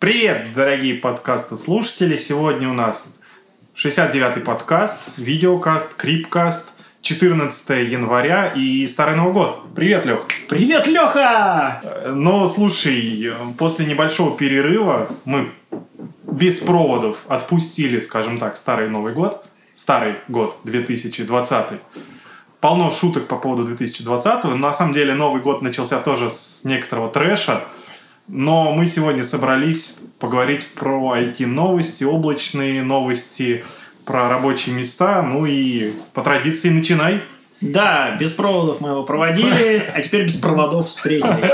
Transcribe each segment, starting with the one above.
Привет, дорогие подкастослушатели! Сегодня у нас 69-й подкаст, видеокаст, крипкаст, 14 января и Старый Новый год. Привет, Лех! Привет, Леха! Но, слушай, после небольшого перерыва мы без проводов отпустили, скажем так, Старый Новый год. Старый год, 2020. Полно шуток по поводу 2020. Но на самом деле Новый год начался тоже с некоторого трэша. Но мы сегодня собрались поговорить про IT-новости, облачные новости, про рабочие места. Ну и по традиции начинай. Да, без проводов мы его проводили, а теперь без проводов встретились.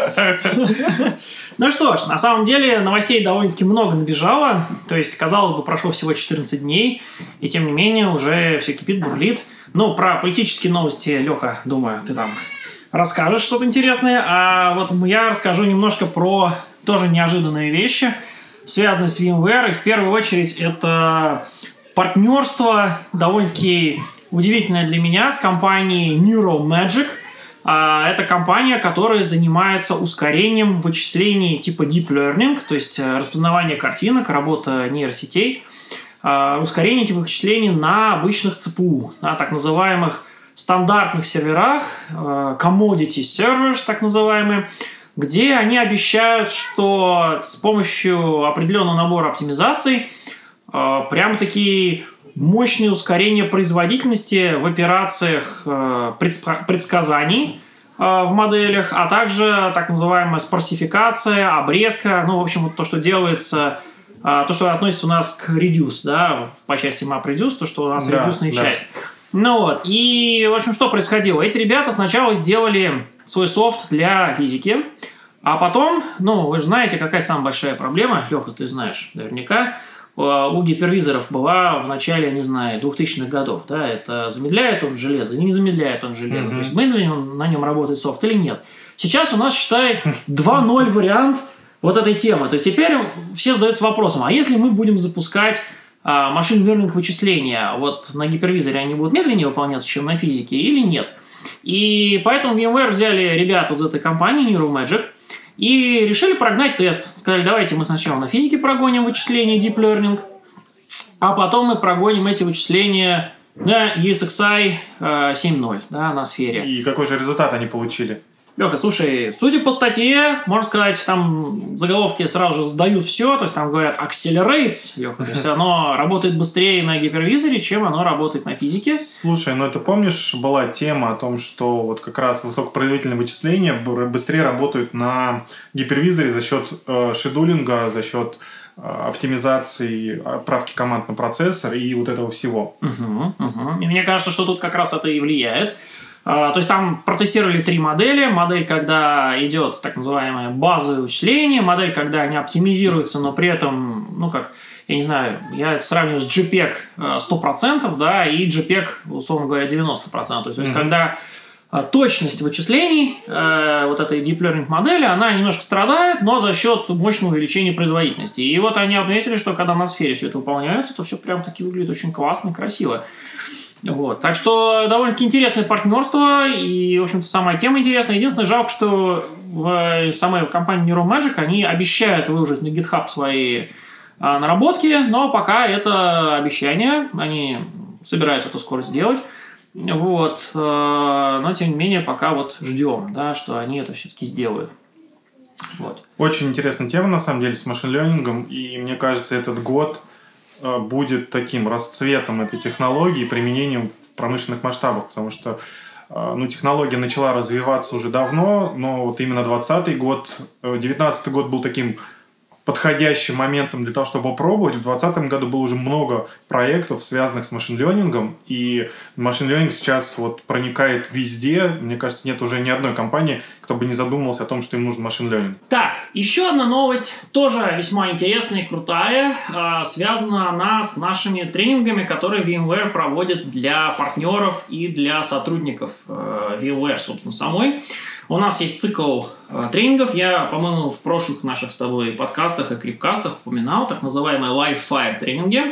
Ну что ж, на самом деле новостей довольно-таки много набежало. То есть, казалось бы, прошло всего 14 дней, и тем не менее уже все кипит, бурлит. Ну, про политические новости, Леха, думаю, ты там расскажешь что-то интересное, а вот я расскажу немножко про тоже неожиданные вещи, связанные с VMware. И в первую очередь это партнерство довольно-таки удивительное для меня с компанией NeuroMagic. Это компания, которая занимается ускорением вычислений типа Deep Learning, то есть распознавание картинок, работа нейросетей, ускорение этих вычислений на обычных ЦПУ, на так называемых стандартных серверах, commodity servers, так называемые, где они обещают, что с помощью определенного набора оптимизаций прямо-таки мощные ускорения производительности в операциях предсказаний в моделях, а также так называемая спарсификация, обрезка, ну, в общем, вот то, что делается, то, что относится у нас к reduce, да, по части MapReduce, то, что у нас редюсная часть. Ну вот, и, в общем, что происходило? Эти ребята сначала сделали свой софт для физики, а потом, ну, вы же знаете, какая самая большая проблема, Леха, ты знаешь наверняка, у гипервизоров была в начале, не знаю, 2000-х годов, да, это замедляет он железо или не замедляет он железо, то есть медленно на нем работает софт или нет. Сейчас у нас, считай, 2.0 вариант вот этой темы, то есть теперь все задаются вопросом, а если мы будем запускать машин learning вычисления, вот на гипервизоре они будут медленнее выполняться, чем на физике, или нет? И поэтому VMware взяли ребят из этой компании NeuroMagic и решили прогнать тест. Сказали, давайте мы сначала на физике прогоним вычисления Deep Learning, а потом мы прогоним эти вычисления на ESXi 7.0, да, на сфере. И какой же результат они получили? Леха, слушай, судя по статье, можно сказать, там заголовки сразу же сдают все, то есть там говорят accelerates, Леха, то есть оно работает быстрее на гипервизоре, чем оно работает на физике. Слушай, ну ты помнишь, была тема о том, что вот как раз высокопроизводительные вычисления быстрее работают на гипервизоре за счет шедулинга, за счет оптимизации, отправки команд на процессор и вот этого всего. И мне кажется, что тут как раз это и влияет. То есть там протестировали 3 модели. Модель, когда идет так называемое базовое вычисление. Модель, когда они оптимизируются, но при этом, ну как, я не знаю, я это сравниваю с JPEG 100%, да, и JPEG, условно говоря, 90%. То есть когда точность вычислений вот этой Deep Learning модели, она немножко страдает, но за счет мощного увеличения производительности. И вот они отметили, что когда на сфере все это выполняется, то все прям таки выглядит очень классно и красиво. Вот. Так что довольно-таки интересное партнерство и, в общем-то, самая тема интересная. Единственное, жалко, что в самой компании NeuroMagic они обещают выложить на GitHub свои наработки, но пока это обещание, они собираются это скоро сделать. Вот. Но, тем не менее, пока вот ждем, да, что они это все-таки сделают. Вот. Очень интересная тема, на самом деле, с машин-лернингом, и мне кажется, этот год будет таким расцветом этой технологии, применением в промышленных масштабах, потому что технология начала развиваться уже давно, но вот именно 2020 год, 2019 год был таким подходящим моментом для того, чтобы попробовать. В 2020 году было уже много проектов, связанных с машин-лернингом, и машин-лернинг сейчас вот проникает везде. Мне кажется, нет уже ни одной компании, кто бы не задумывался о том, что им нужен машин-лернинг. Так, еще одна новость, тоже весьма интересная и крутая, связана она с нашими тренингами, которые VMware проводит для партнеров и для сотрудников VMware, собственно, самой. У нас есть цикл тренингов. Я, по-моему, в прошлых наших с тобой подкастах и крипкастах упоминал так называемые live-fire тренинги.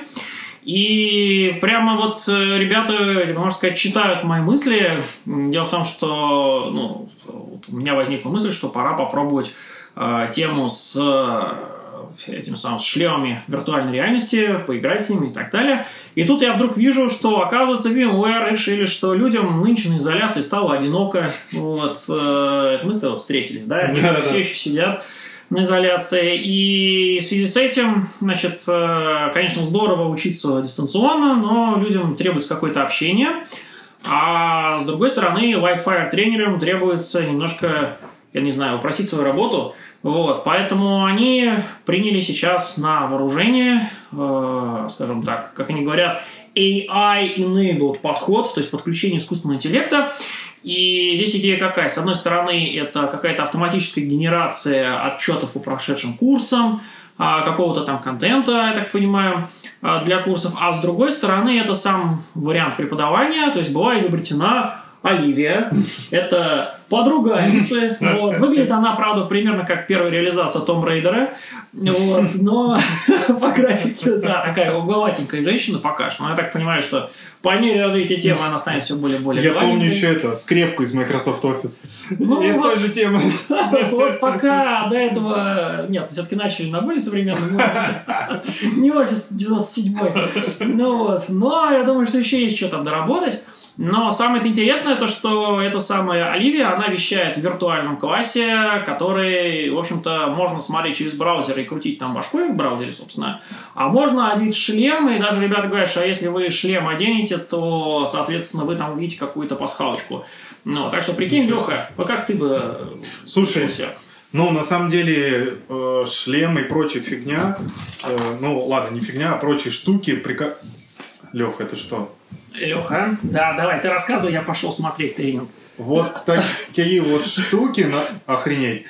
И прямо вот ребята, можно сказать, читают мои мысли. Дело в том, что у меня возникла мысль, что пора попробовать тему с этими самыми шлемами виртуальной реальности, поиграть с ними и так далее. И тут я вдруг вижу, что, оказывается, VMware решили, что людям нынче на изоляции стало одиноко. Вот. Мы с тобой встретились, да? Все еще сидят на изоляции. И в связи с этим, значит, конечно, здорово учиться дистанционно, но людям требуется какое-то общение. А с другой стороны, Wi-Fi тренерам требуется немножко, я не знаю, упростить свою работу. Вот, поэтому они приняли сейчас на вооружение, скажем так, как они говорят, AI-enabled подход, то есть подключение искусственного интеллекта. И здесь идея какая? С одной стороны, это какая-то автоматическая генерация отчетов по прошедшим курсам, какого-то там контента, я так понимаю, для курсов. А с другой стороны, это сам вариант преподавания, то есть была изобретена Оливия. Это подруга Алисы. Вот. Выглядит она, правда, примерно как первая реализация Том Рейдера. Вот. Но по графике, да, такая угловатенькая женщина пока что. Но я так понимаю, что по мере развития темы она станет все более и более Я помню еще скрепку из Microsoft Office. Из той же темы. Вот пока до этого... Нет, все-таки начали на более современном. Не Office 97. Ну вот. Но я думаю, что еще есть что там доработать. Но самое интересное то, что эта самая Оливия, она вещает в виртуальном классе, который, в общем-то, можно смотреть через браузер и крутить там башкой в браузере, собственно. А можно одеть шлем, и даже ребята говорят, что если вы шлем оденете, то, соответственно, вы там увидите какую-то пасхалочку. Ну, так что прикинь, Леха, как ты бы... Слушай, ну, на самом деле, шлем и прочая фигня, ну, ладно, не фигня, а прочие штуки... Леха, это что? Леха, да, давай, ты рассказывай, я пошел смотреть тренинг. Вот такие вот штуки, охренеть.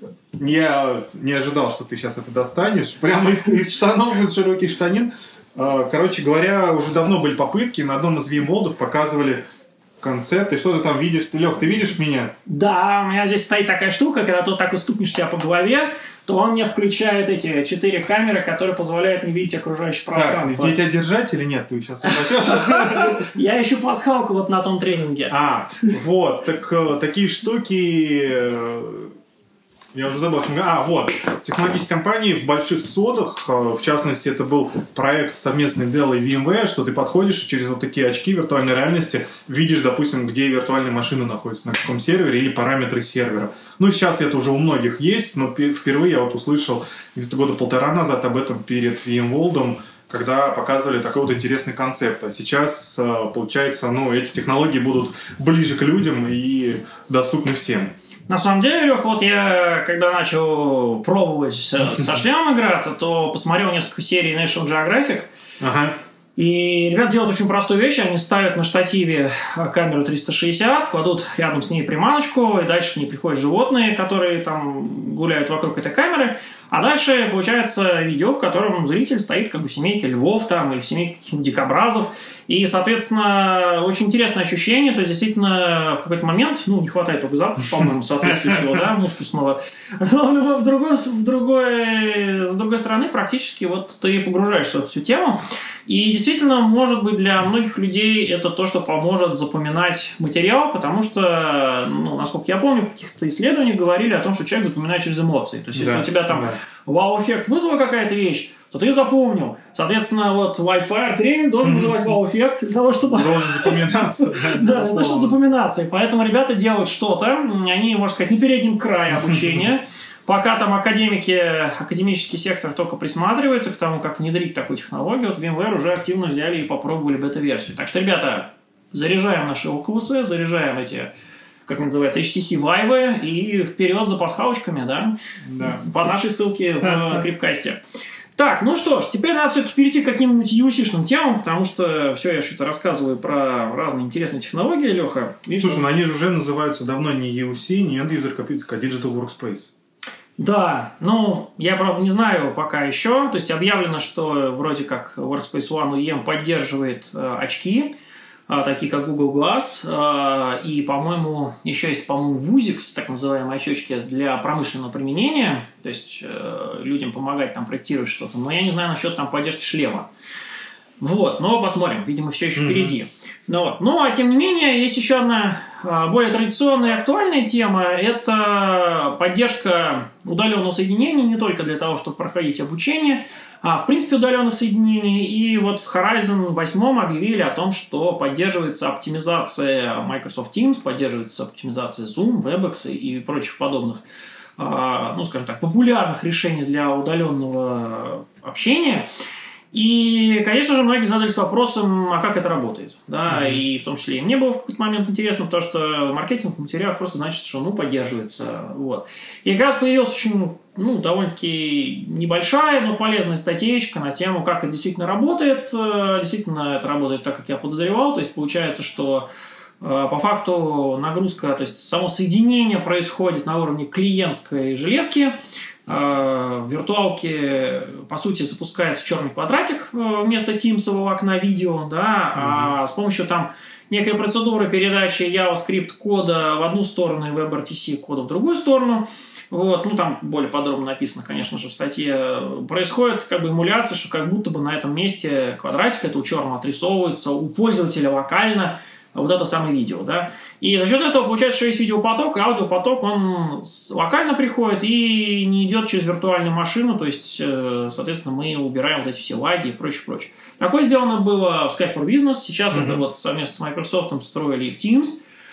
Я не ожидал, что ты сейчас это достанешь. Прямо из штанов, из широких штанин. Короче говоря, уже давно были попытки. На одном из VMworld'ов показывали концепт. И что ты там видишь? Лех, ты видишь меня? Да, у меня здесь стоит такая штука, когда ты так вот стукнешь себя по голове, то он мне включает эти 4 камеры, которые позволяют мне видеть окружающее пространство. Так, мне тебя держать или нет? Ты сейчас упадешь? Я ищу пасхалку вот на том тренинге. Вот. Так такие штуки... Я уже забыл, о чем говорю. Вот. Технологические компании в больших ЦОДах, в частности, это был проект совместный Dell и VMware, что ты подходишь и через вот такие очки виртуальной реальности видишь, допустим, где виртуальная машина находится, на каком сервере или параметры сервера. Ну, сейчас это уже у многих есть, но впервые я вот услышал где-то года полтора назад об этом перед VMworld'ом, когда показывали такой вот интересный концепт. А сейчас, получается, эти технологии будут ближе к людям и доступны всем. На самом деле, Леха, вот я, когда начал пробовать со шлемом играться, то посмотрел несколько серий National Geographic. И ребята делают очень простую вещь. Они ставят на штативе камеру 360, кладут рядом с ней приманочку, и дальше к ней приходят животные, которые там гуляют вокруг этой камеры. А дальше получается видео, в котором зритель стоит как бы в семейке львов там, или в семейке каких-нибудь дикобразов. И, соответственно, очень интересное ощущение. То есть, действительно, в какой-то момент, не хватает только запаха, по-моему, соответствующего, да, мускусного. Но с другой стороны, практически вот ты погружаешься в эту всю тему. И действительно, может быть, для многих людей это то, что поможет запоминать материал, потому что, насколько я помню, в каких-то исследованиях говорили о том, что человек запоминает через эмоции. То есть, если у тебя там вау-эффект вызвала какая-то вещь, то ты запомнил. Соответственно, вот Wi-Fi тренинг должен вызывать вау-эффект для того, чтобы... Должен запоминаться. Да, для того, чтобы запоминаться. И поэтому ребята делают что-то. Они, можно сказать, на переднем крае обучения. Пока там академический сектор только присматривается к тому, как внедрить такую технологию, вот VMware уже активно взяли и попробовали бета-версию. Так что, ребята, заряжаем наши Oculus, заряжаем эти, как они называются, HTC Vive и вперед за пасхалочками, да? По нашей ссылке в крипкасте. Так, ну что ж, теперь надо все-таки перейти к каким-нибудь UC-шным темам, потому что все, я что-то рассказываю про разные интересные технологии, Леха. Слушай, они же уже называются давно не UC, не End User Computing, а Digital Workspace. Да, я, правда, не знаю пока еще. То есть объявлено, что вроде как Workspace ONE UEM поддерживает очки, такие как Google Glass, и, по-моему, еще есть, Vuzix, так называемые очечки для промышленного применения, то есть людям помогать там проектировать что-то. Но я не знаю насчет там поддержки шлема. Вот, но посмотрим, видимо, все еще впереди. Ну, а тем не менее, есть еще одна более традиционная и актуальная тема. Это поддержка удаленного соединения не только для того, чтобы проходить обучение, а в принципе удаленных соединений. И вот в Horizon 8 объявили о том, что поддерживается оптимизация Microsoft Teams, поддерживается оптимизация Zoom, Webex и прочих подобных, скажем так, популярных решений для удаленного общения. И, конечно же, многие задались вопросом, а как это работает. Да? И в том числе и мне было в какой-то момент интересно, потому что в маркетинговых материалах просто значит, что поддерживается. Вот. И как раз появилась очень довольно-таки небольшая, но полезная статейка на тему, как это действительно работает. Действительно, это работает так, как я подозревал. То есть, получается, что по факту нагрузка, то есть само соединение происходит на уровне клиентской железки. В виртуалке, по сути, запускается черный квадратик вместо тимсового окна видео, да, а с помощью там некой процедуры передачи JavaScript кода в одну сторону и WebRTC кода в другую сторону. Вот, там более подробно написано, конечно же, в статье. Происходит эмуляция, что как будто бы на этом месте квадратик этого черного отрисовывается у пользователя локально вот это самое видео, да. И за счет этого получается, что есть видеопоток, и аудиопоток, он локально приходит и не идет через виртуальную машину, то есть, соответственно, мы убираем вот эти все лаги и прочее. Такое сделано было в Skype for Business, сейчас это вот совместно с Microsoft строили и в Teams.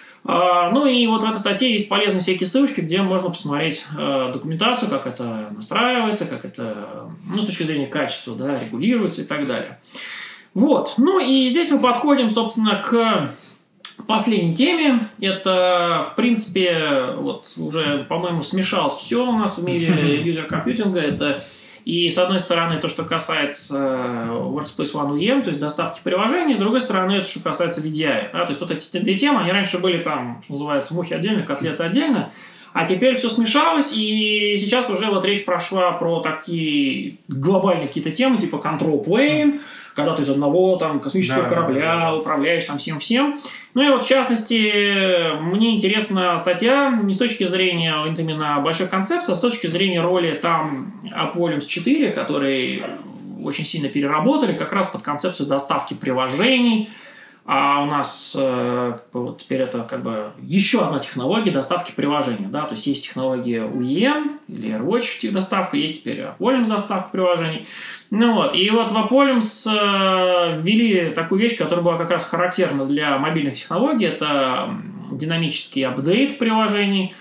И вот в этой статье есть полезные всякие ссылочки, где можно посмотреть документацию, как это настраивается, как это, с точки зрения качества, да, регулируется и так далее. Вот, и здесь мы подходим, собственно, к последней теме. Это, в принципе, уже, по-моему, смешалось все у нас в мире юзер-компьютинга. Это и, с одной стороны, то, что касается Workspace ONE UEM, то есть доставки приложений, с другой стороны, это, что касается VDI. Да? То есть, вот эти две темы, они раньше были там, что называется, мухи отдельно, котлеты отдельно, а теперь все смешалось, и сейчас уже речь прошла про такие глобальные какие-то темы, типа Control Plane, когда ты из одного космического корабля управляешь всем-всем. В частности, мне интересна статья не с точки зрения именно большой концепции, а с точки зрения роли AppVolumes 4, который очень сильно переработали как раз под концепцию доставки приложений. А у нас теперь это еще одна технология доставки приложений. Да? То есть есть технология UEM или AirWatch доставка, есть теперь AppVolumes доставка приложений. И в AppVolumes ввели такую вещь, которая была как раз характерна для мобильных технологий. Это динамический апдейт приложений.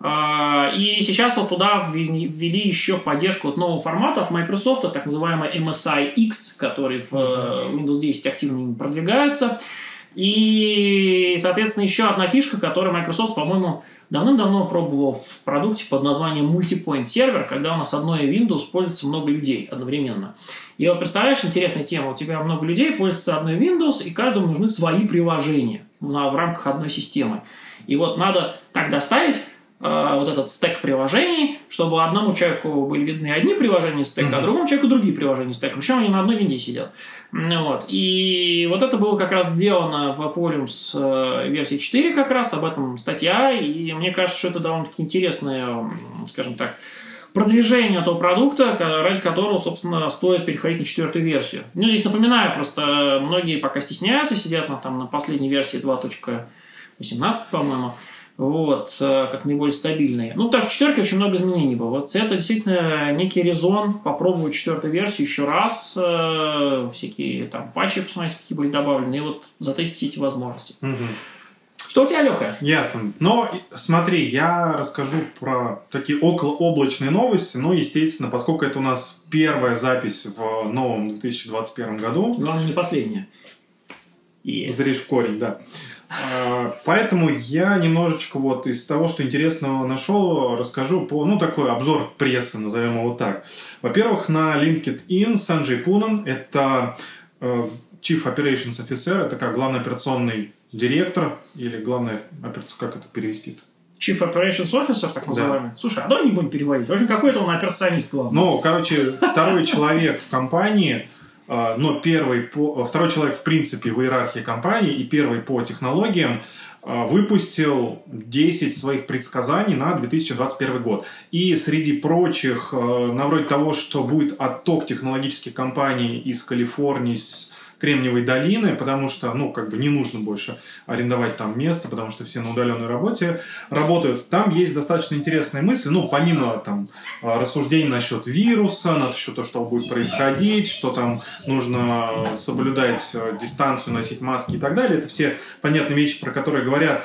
И сейчас туда ввели еще поддержку нового формата от Microsoft, так называемый MSI X, который в Windows 10 активно продвигается. И, соответственно, еще одна фишка, которую Microsoft, по-моему, давным-давно пробовал в продукте под названием Multipoint сервер, когда у нас одной Windows пользуется много людей одновременно. И представляешь, интересная тема, у тебя много людей пользуются одной Windows, и каждому нужны свои приложения в рамках одной системы. И надо так доставить этот стек приложений, чтобы одному человеку были видны одни приложения стека, а другому человеку другие приложения стека. Причем они на одной винде сидят. И это было как раз сделано в AppVolumes версии 4 как раз, об этом статья. И мне кажется, что это довольно-таки интересное, скажем так, продвижение этого продукта, ради которого, собственно, стоит переходить на 4-ю версию. Здесь напоминаю, просто многие пока стесняются, сидят на последней версии 2.18, по-моему. Как наиболее стабильные. Потому что в 4 очень много изменений было. Это действительно некий резон попробовать 4-ю версию еще раз, всякие патчи посмотреть, какие были добавлены, и затестить эти возможности. Что у тебя, Леха? Ясно. Но смотри, я расскажу про такие околооблачные новости, естественно, поскольку это у нас первая запись в новом 2021 году. Главное, не последняя. Зришь в корень, да. Поэтому я немножечко из того, что интересного нашел, расскажу такой обзор прессы, назовем его так. Во-первых, на LinkedIn Санджей Пунан, это Chief Operations Officer, это как главный операционный директор или главный, как это перевести-то? Chief Operations Officer, так называемый. Да. Слушай, а давай не будем переводить. В общем, какой-то он операционист главный. Второй человек в компании, но второй человек, в принципе, в иерархии компании и первый по технологиям выпустил 10 своих предсказаний на 2021 год. И среди прочих, на вроде того, что будет отток технологических компаний из Калифорнии, Кремниевой долины, потому что, ну, как бы не нужно больше арендовать там место, потому что все на удаленной работе работают. Там есть достаточно интересные мысли, ну, помимо там рассуждений насчет вируса, насчет того, что будет происходить, что там нужно соблюдать дистанцию, носить маски и так далее. Это все понятные вещи, про которые говорят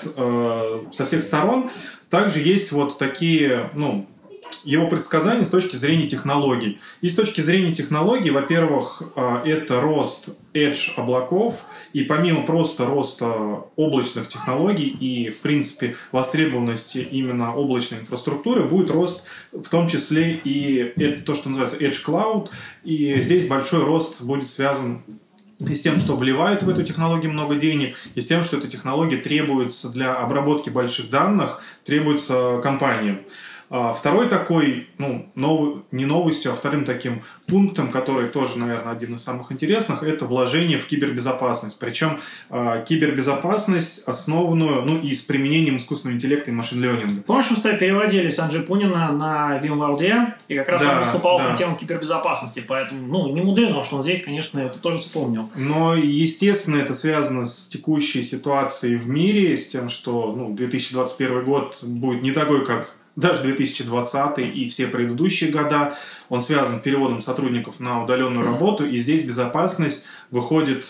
со всех сторон. Также есть вот такие, ну, его предсказания с точки зрения технологий. И с точки зрения технологий, во-первых, это рост edge облаков, и помимо просто роста облачных технологий и, в принципе, востребованности именно облачной инфраструктуры, будет рост в том числе и то, что называется edge cloud, и здесь большой рост будет связан и с тем, что вливают в эту технологию много денег, и с тем, что эта технология требуется для обработки больших данных, требуется компаниям. Второй такой, ну, не новостью, а вторым таким пунктом, который тоже, наверное, один из самых интересных, это вложение в кибербезопасность. Причем кибербезопасность, основанную, ну, и с применением искусственного интеллекта и машин-ленинга. Помнишь, мы с тобой переводили Санджи Пунина на VMworld, и как раз он выступал по тему кибербезопасности, поэтому, ну, не мудрено, что он здесь, конечно, это тоже вспомнил. Но, естественно, это связано с текущей ситуацией в мире, с тем, что, ну, 2021 год будет не такой, как даже 2020 и все предыдущие года. Он связан с переводом сотрудников на удаленную работу, и здесь безопасность выходит,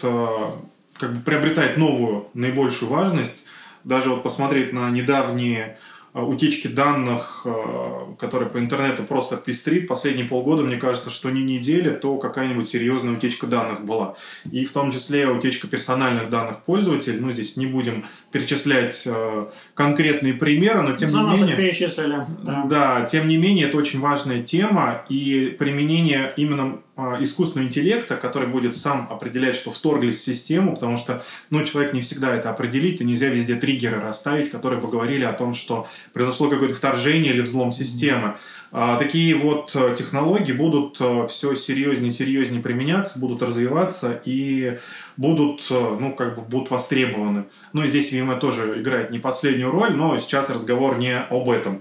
как бы приобретает новую, наибольшую важность. Даже вот посмотреть на недавние утечки данных, которые по интернету просто пестрит. Последние полгода, мне кажется, что не неделя, то какая-нибудь серьезная утечка данных была. И в том числе утечка персональных данных пользователей. Ну, здесь не будем перечислять конкретные примеры, но тем не менее... перечислили. Да, тем не менее, это очень важная тема, и применение именно искусственного интеллекта, который будет сам определять, что вторглись в систему, потому что, ну, человек не всегда это определит, и нельзя везде триггеры расставить, которые бы говорили о том, что произошло какое-то вторжение или взлом системы. Такие вот технологии будут все серьезнее и серьезнее применяться, будут развиваться и будут, ну, как бы будут востребованы. Ну, и здесь VMware тоже играет не последнюю роль, но сейчас разговор не об этом.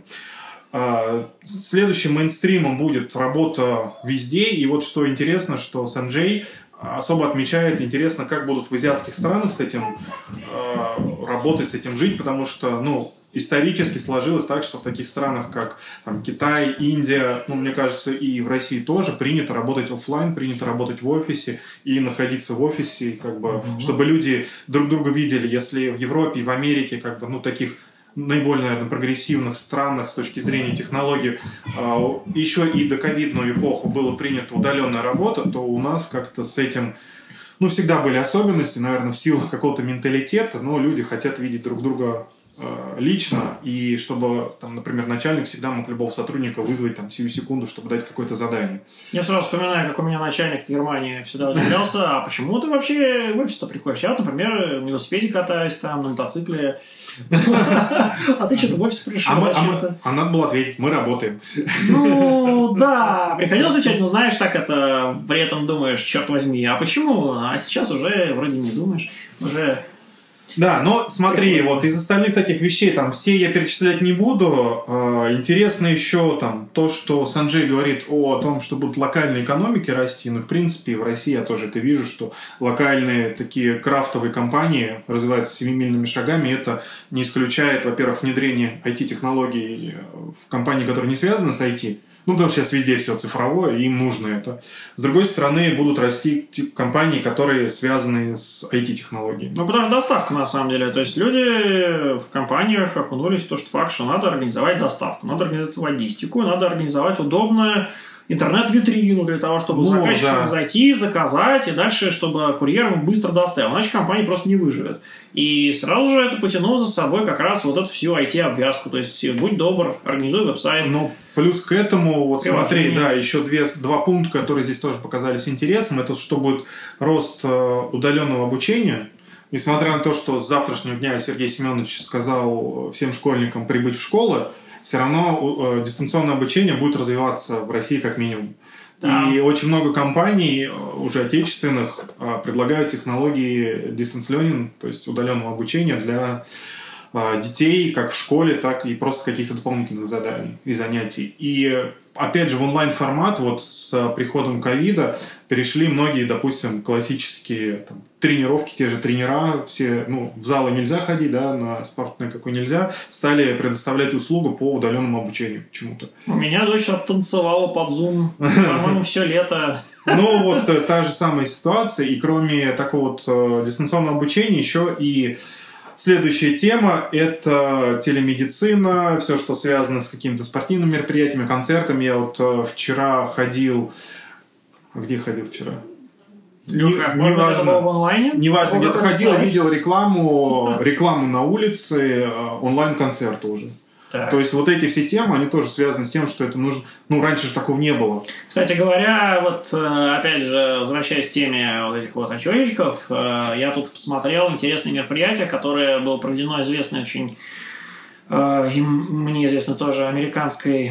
Следующим мейнстримом будет работа везде. И вот что интересно, что Санджей особо отмечает, интересно, как будут в азиатских странах с этим работать, с этим жить, потому что, ну, исторически сложилось так, что в таких странах, как там, Китай, Индия, ну, мне кажется, и в России тоже принято работать офлайн, принято работать в офисе и находиться в офисе, как бы, чтобы люди друг друга видели. Если в Европе и в Америке, как бы, ну, таких наиболее, наверное, прогрессивных странах с точки зрения технологий еще и до ковидную эпоху было принято удаленная работа, то у нас как-то с этим, ну, всегда были особенности, наверное, в силу какого-то менталитета, но люди хотят видеть друг друга лично, и чтобы, там, например, начальник всегда мог любого сотрудника вызвать там сию секунду, чтобы дать какое-то задание. Я сразу вспоминаю, как у меня начальник в Германии всегда удивлялся, а почему ты вообще в офис-то приходишь? Я вот, например, на велосипеде катаюсь, там, на мотоцикле. А ты что-то в офис пришел? А надо было ответить, мы работаем. Ну, да, приходилось отвечать, но знаешь, так это при этом думаешь, черт возьми, а почему? А сейчас уже вроде не думаешь, уже... Да, но смотри, вот из остальных таких вещей, там, все я перечислять не буду. Интересно еще там то, что Санджей говорит о том, что будут локальные экономики расти. Ну, в принципе, в России я тоже это вижу, что локальные такие крафтовые компании развиваются семимильными шагами. Это не исключает, во-первых, внедрение IT-технологий в компании, которые не связаны с IT. Ну, потому что сейчас везде все цифровое, и им нужно это. С другой стороны, будут расти компании, которые связаны с IT-технологиями. Ну, потому что доставка, на самом деле. То есть, люди в компаниях окунулись в то, что факт, что надо организовать доставку, надо организовать логистику, надо организовать удобное интернет-витрину для того, чтобы заказчик мог зайти, заказать, и дальше, чтобы курьер ему быстро доставил. Иначе компания просто не выживет. И сразу же это потянуло за собой как раз вот эту всю IT-обвязку. То есть, будь добр, организуй веб-сайт. Ну, плюс к этому, вот смотри, да, еще два пункта, которые здесь тоже показались интересным. Это что будет рост удаленного обучения. Несмотря на то, что с завтрашнего дня Сергей Семенович сказал всем школьникам прибыть в школы, все равно дистанционное обучение будет развиваться в России как минимум. Да. И очень много компаний, уже отечественных, предлагают технологии distance learning, то есть удаленного обучения для детей как в школе, так и просто каких-то дополнительных заданий и занятий. И опять же в онлайн-формат вот с приходом ковида перешли многие, допустим, классические там, тренировки, те же тренера, все, в залы нельзя ходить, да, на спортивный какой нельзя, стали предоставлять услугу по удаленному обучению почему-то. У меня дочь оттанцевала под Zoom, по-моему, все лето. Вот та же самая ситуация, и кроме такого вот дистанционного обучения еще и следующая тема – это телемедицина, все, что связано с какими-то спортивными мероприятиями, концертами. Я вот вчера ходил... Где ходил вчера? Неважно. В онлайне? Неважно, где-то ходил, видел рекламу на улице, онлайн-концерта уже. Так. То есть вот эти все темы, они тоже связаны с тем, что это нужно... раньше же такого не было. Кстати говоря, вот опять же, возвращаясь к теме вот этих вот очевидчиков, я тут посмотрел интересное мероприятие, которое было проведено известной очень, и мне известно тоже, американской,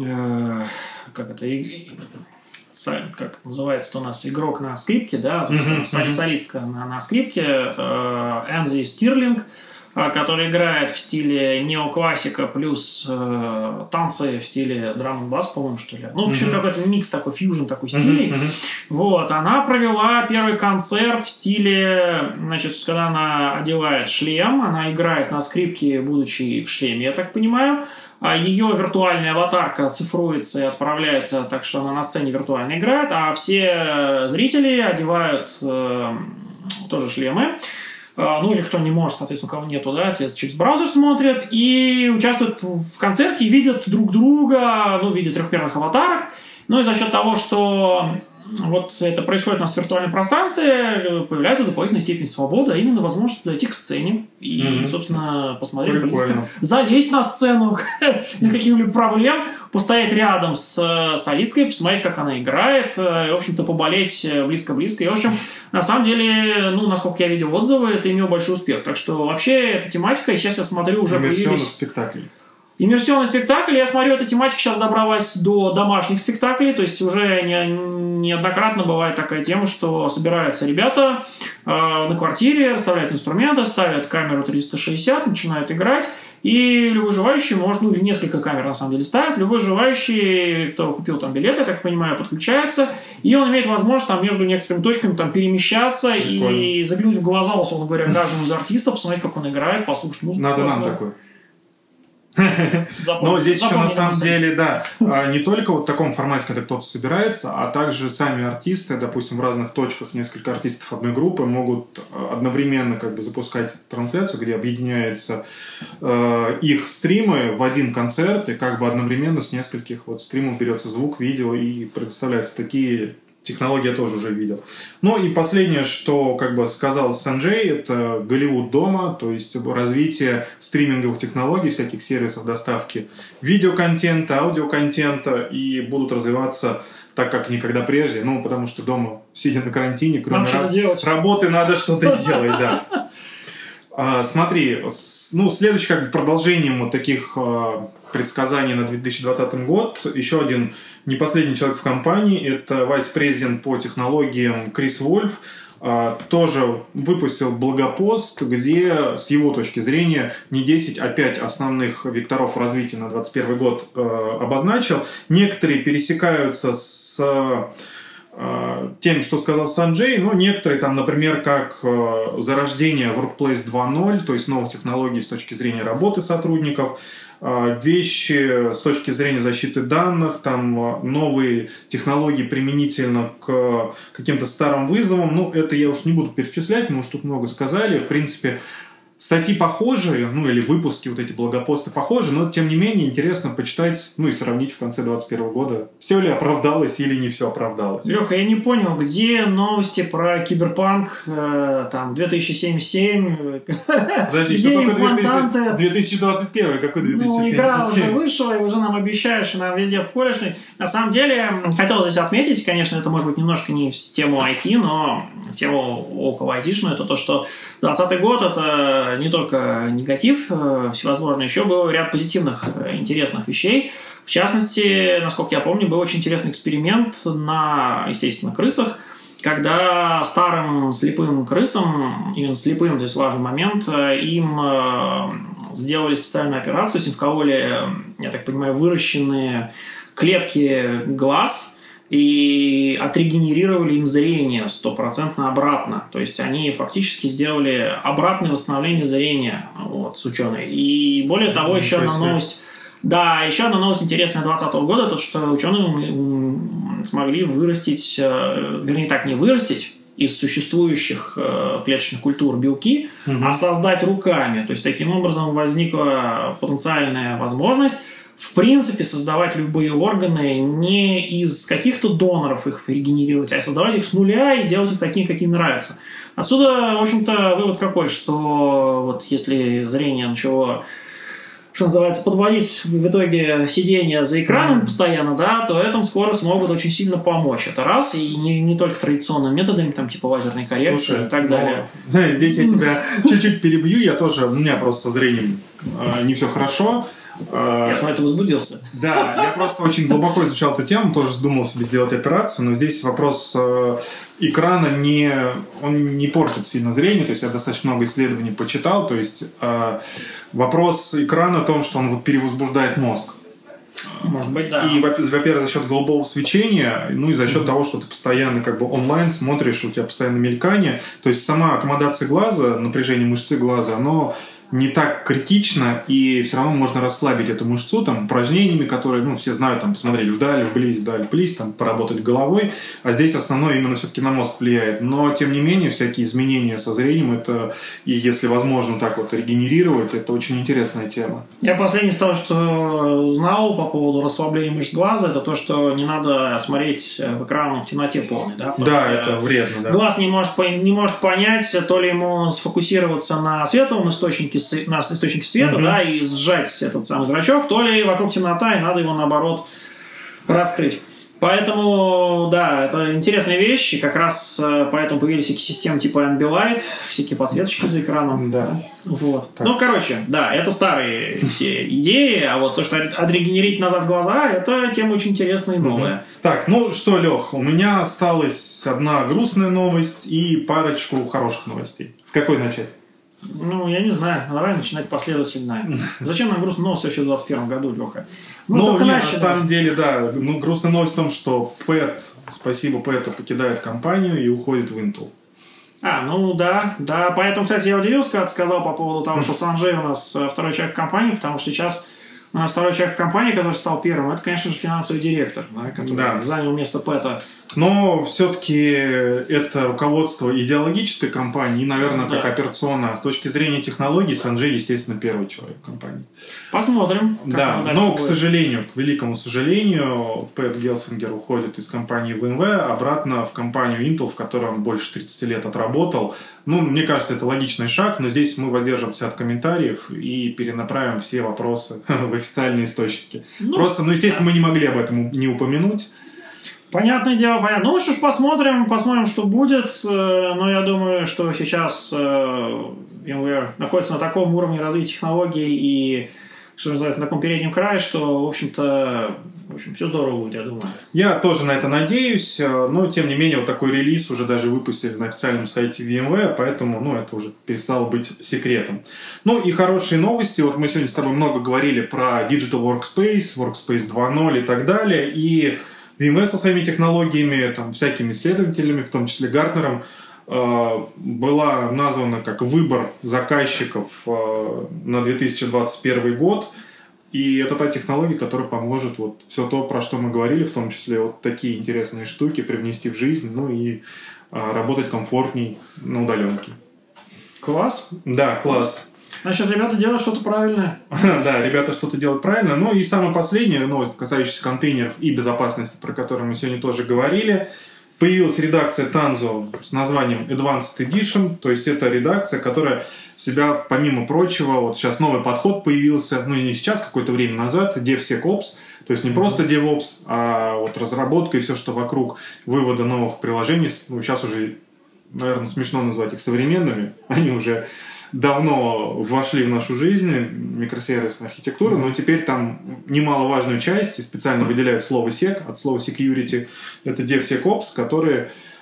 как называется у нас, игрок на скрипке, да, солистка на скрипке, Энзи Стирлинг, который играет в стиле неоклассика плюс танцы в стиле драм-н-бас, по-моему, что ли. В общем, какой-то микс такой, фьюжн такой стилей. Вот, она провела первый концерт в стиле, значит, когда она одевает шлем, она играет на скрипке, будучи в шлеме, я так понимаю. А ее виртуальная аватарка цифруется и отправляется, так что она на сцене виртуально играет, а все зрители одевают тоже шлемы. Или кто не может, соответственно, у кого нету, да, те через браузер смотрят и участвуют в концерте, и видят друг друга, в виде трехмерных аватарок. И за счет того, что вот это происходит у нас в виртуальном пространстве, появляется дополнительная степень свободы, а именно возможность подойти к сцене и, собственно, посмотреть близко. Залезть на сцену без каких-либо проблем, постоять рядом с солисткой, посмотреть, как она играет, и, в общем-то, поболеть близко-близко. И, в общем, на самом деле, насколько я видел отзывы, это имело большой успех. Так что, вообще, эта тематика, сейчас я смотрю, уже появились... Иммерсионных спектаклей. Иммерсионный спектакль, я смотрю, эта тематика сейчас добралась до домашних спектаклей, то есть уже неоднократно бывает такая тема, что собираются ребята на квартире, расставляют инструменты, ставят камеру 360, начинают играть, и любой желающий может, или несколько камер на самом деле ставят, любой желающий, кто купил там билет, я так понимаю, подключается, и он имеет возможность там между некоторыми точками там перемещаться. Прикольно. И заглянуть в глаза, условно говоря, каждому из артистов, посмотреть, как он играет, послушать музыку. Надо нам такое. Но здесь еще на самом деле, да, не только вот в таком формате, когда кто-то собирается, а также сами артисты, допустим, в разных точках несколько артистов одной группы могут одновременно как бы запускать трансляцию, где объединяются их стримы в один концерт, и как бы одновременно с нескольких вот стримов берется звук, видео и предоставляются такие... Технологии я тоже уже видел. И последнее, что как бы сказал Санджей, это Голливуд дома, то есть развитие стриминговых технологий, всяких сервисов доставки видеоконтента, аудиоконтента, и будут развиваться так, как никогда прежде, потому что дома, сидя на карантине, кроме работы, надо что-то делать, да. Смотри, следующий как бы продолжением вот таких предсказаний на 2020 год. Еще один не последний человек в компании, это вайс-президент по технологиям Крис Вольф, тоже выпустил блогопост, где с его точки зрения не 10, а 5 основных векторов развития на 2021 год обозначил. Некоторые пересекаются с тем, что сказал Санджей, но некоторые там, например, как зарождение Workplace 2.0, то есть новых технологий с точки зрения работы сотрудников, вещи с точки зрения защиты данных, там новые технологии применительно к каким-то старым вызовам. Это я уж не буду перечислять, мы уж тут много сказали. В принципе, статьи похожие, или выпуски, вот эти блогопосты похожи, но тем не менее интересно почитать, и сравнить в конце 2021 года, все ли оправдалось или не все оправдалось. Леха, я не понял, где новости про Киберпанк, 2077? Подожди, где еще только 2021, какой 2077? Игра уже вышла, и уже нам обещают, что нам везде в колледж. На самом деле, хотел здесь отметить, конечно, это может быть немножко не в тему IT, но в тему около IT-шную, это то, что 2020 год это не только негатив всевозможный, еще был ряд позитивных, интересных вещей. В частности, насколько я помню, был очень интересный эксперимент на, естественно, крысах, когда старым слепым крысам, именно слепым, то есть важный момент, им сделали специальную операцию, то есть вкололи, я так понимаю, выращенные клетки глаз и отрегенерировали им зрение 100% обратно. То есть они фактически сделали обратное восстановление зрения с ученые. И более того, еще одна новость. Да, еще одна новость интересная 2020 года, то что ученые смогли вырастить, вернее так, не вырастить из существующих клеточных культур белки, а создать руками. То есть таким образом возникла потенциальная возможность в принципе создавать любые органы не из каких-то доноров их регенерировать, а создавать их с нуля и делать их такими, какие нравятся. Отсюда, в общем-то, вывод какой, что вот если зрение начало, что называется, подводить в итоге сидение за экраном постоянно, да, то этому скоро смогут очень сильно помочь. Это раз, и не только традиционными методами, там, типа лазерной коррекции и так далее. Да, здесь я тебя чуть-чуть перебью, у меня просто со зрением не все хорошо. Я смотрю, ты возбудился. Да, я просто очень глубоко изучал эту тему, тоже задумал себе сделать операцию, но здесь вопрос экрана он не портит сильно зрение, то есть я достаточно много исследований почитал, то есть вопрос экрана в том, что он перевозбуждает мозг. Может быть, да. И, во-первых, за счет голубого свечения, ну и за счет того, что ты постоянно онлайн смотришь, у тебя постоянно мелькание, то есть сама аккомодация глаза, напряжение мышцы глаза, оно не так критично, и все равно можно расслабить эту мышцу упражнениями, которые, все знают, посмотреть вдаль, вблизь, поработать головой, а здесь основное именно все-таки на мозг влияет. Но, тем не менее, всякие изменения со зрением, это, и если возможно так регенерировать, это очень интересная тема. Я последнее из того, что знал по поводу расслабления мышц глаза, это то, что не надо смотреть в экран в темноте полной. Да, это вредно. Да. Глаз не может понять, то ли ему сфокусироваться на световом источнике света, да, и сжать этот самый зрачок, то ли вокруг темнота, и надо его, наоборот, раскрыть. Поэтому, да, это интересная вещь, и как раз поэтому появились всякие системы типа Ambilight, всякие подсветочки за экраном. Да. Вот. Да, это старые все идеи, а вот то, что отрегенерить назад глаза, это тема очень интересная и новая. Так, что, Лех, у меня осталась одна грустная новость и парочку хороших новостей. С какой начать? Я не знаю. Давай начинать последовательно. Зачем нам грустная новость вообще в 2021 году, Леха? На самом деле, да. Грустная новость в том, что спасибо Пэту, покидает компанию и уходит в Intel. Да. Поэтому, кстати, я удивился, когда ты сказал по поводу того, что Санджей у нас второй человек компании, потому что сейчас у нас второй человек компании, который стал первым, это, конечно же, финансовый директор, который занял место Пэта. Но все-таки это руководство идеологической компании и, наверное, как операционное. С точки зрения технологий, Санджей, естественно, первый человек в компании. Посмотрим. Да, но, к великому сожалению, Пэт Гелсингер уходит из компании VMware обратно в компанию Intel, в которой он больше 30 лет отработал. Мне кажется, это логичный шаг, но здесь мы воздержимся от комментариев и перенаправим все вопросы в официальные источники. Естественно, мы не могли об этом не упомянуть. Понятное дело, понятно. Что ж, посмотрим, что будет. Но я думаю, что сейчас VMware находится на таком уровне развития технологий и, что называется, на таком переднем крае, что, в общем, все здорово будет, я думаю. Я тоже на это надеюсь, но, тем не менее, такой релиз уже даже выпустили на официальном сайте VMware, поэтому, это уже перестало быть секретом. И хорошие новости. Мы сегодня с тобой много говорили про Digital Workspace, Workspace 2.0 и так далее, и VMware со своими технологиями, всякими исследователями, в том числе Гартнером, была названа как выбор заказчиков на 2021 год. И это та технология, которая поможет все то, про что мы говорили, в том числе такие интересные штуки привнести в жизнь, и работать комфортней на удаленке. Класс. Да, класс. Значит, ребята делают что-то правильное. Да, ребята что-то делают правильно. И самая последняя новость, касающаяся контейнеров и безопасности, про которую мы сегодня тоже говорили. Появилась редакция Tanzu с названием Advanced Edition. То есть, это редакция, которая в себя, помимо прочего, сейчас новый подход появился, не сейчас, какое-то время назад, DevSecOps. То есть, не просто DevOps, а разработка и все, что вокруг вывода новых приложений. Сейчас уже, наверное, смешно назвать их современными. Они уже давно вошли в нашу жизнь, микросервисная архитектура, но теперь там немаловажную часть, и специально выделяют слово sec от слова security, это DevSecOps, которые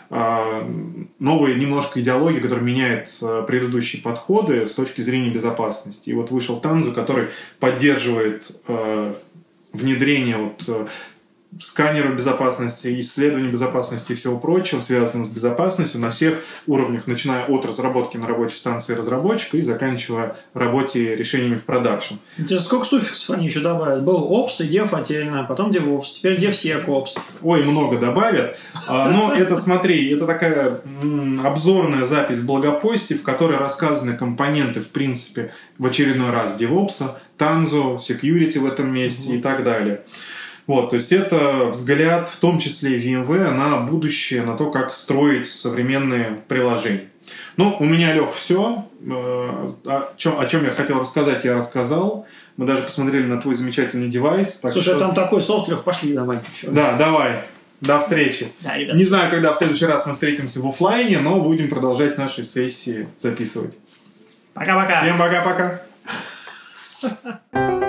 новые немножко идеологии, которая меняет предыдущие подходы с точки зрения безопасности. И вот вышел Tanzu, который поддерживает внедрение сканеров безопасности, исследований безопасности и всего прочего, связанного с безопасностью на всех уровнях, начиная от разработки на рабочей станции разработчика и заканчивая работе решениями в продакшн. Сколько суффиксов они еще добавят? Был Ops и Dev отдельно, потом DevOps, теперь DevSecOps. Ой, много добавят. Но это, смотри, это такая обзорная запись в блогопосте, в которой рассказаны компоненты, в принципе, в очередной раз DevOps, Tanzu, Security в этом месте и так далее. Вот, то есть это взгляд, в том числе и VMware, на будущее, на то, как строить современные приложения. Ну, у меня, Лех, все. О чем я хотел рассказать, я рассказал. Мы даже посмотрели на твой замечательный девайс. Слушай, там такой софт, Лех, пошли, давай. Да, давай. До встречи. Да, ребят. Не знаю, когда в следующий раз мы встретимся в офлайне, но будем продолжать наши сессии записывать. Пока-пока. Всем пока-пока.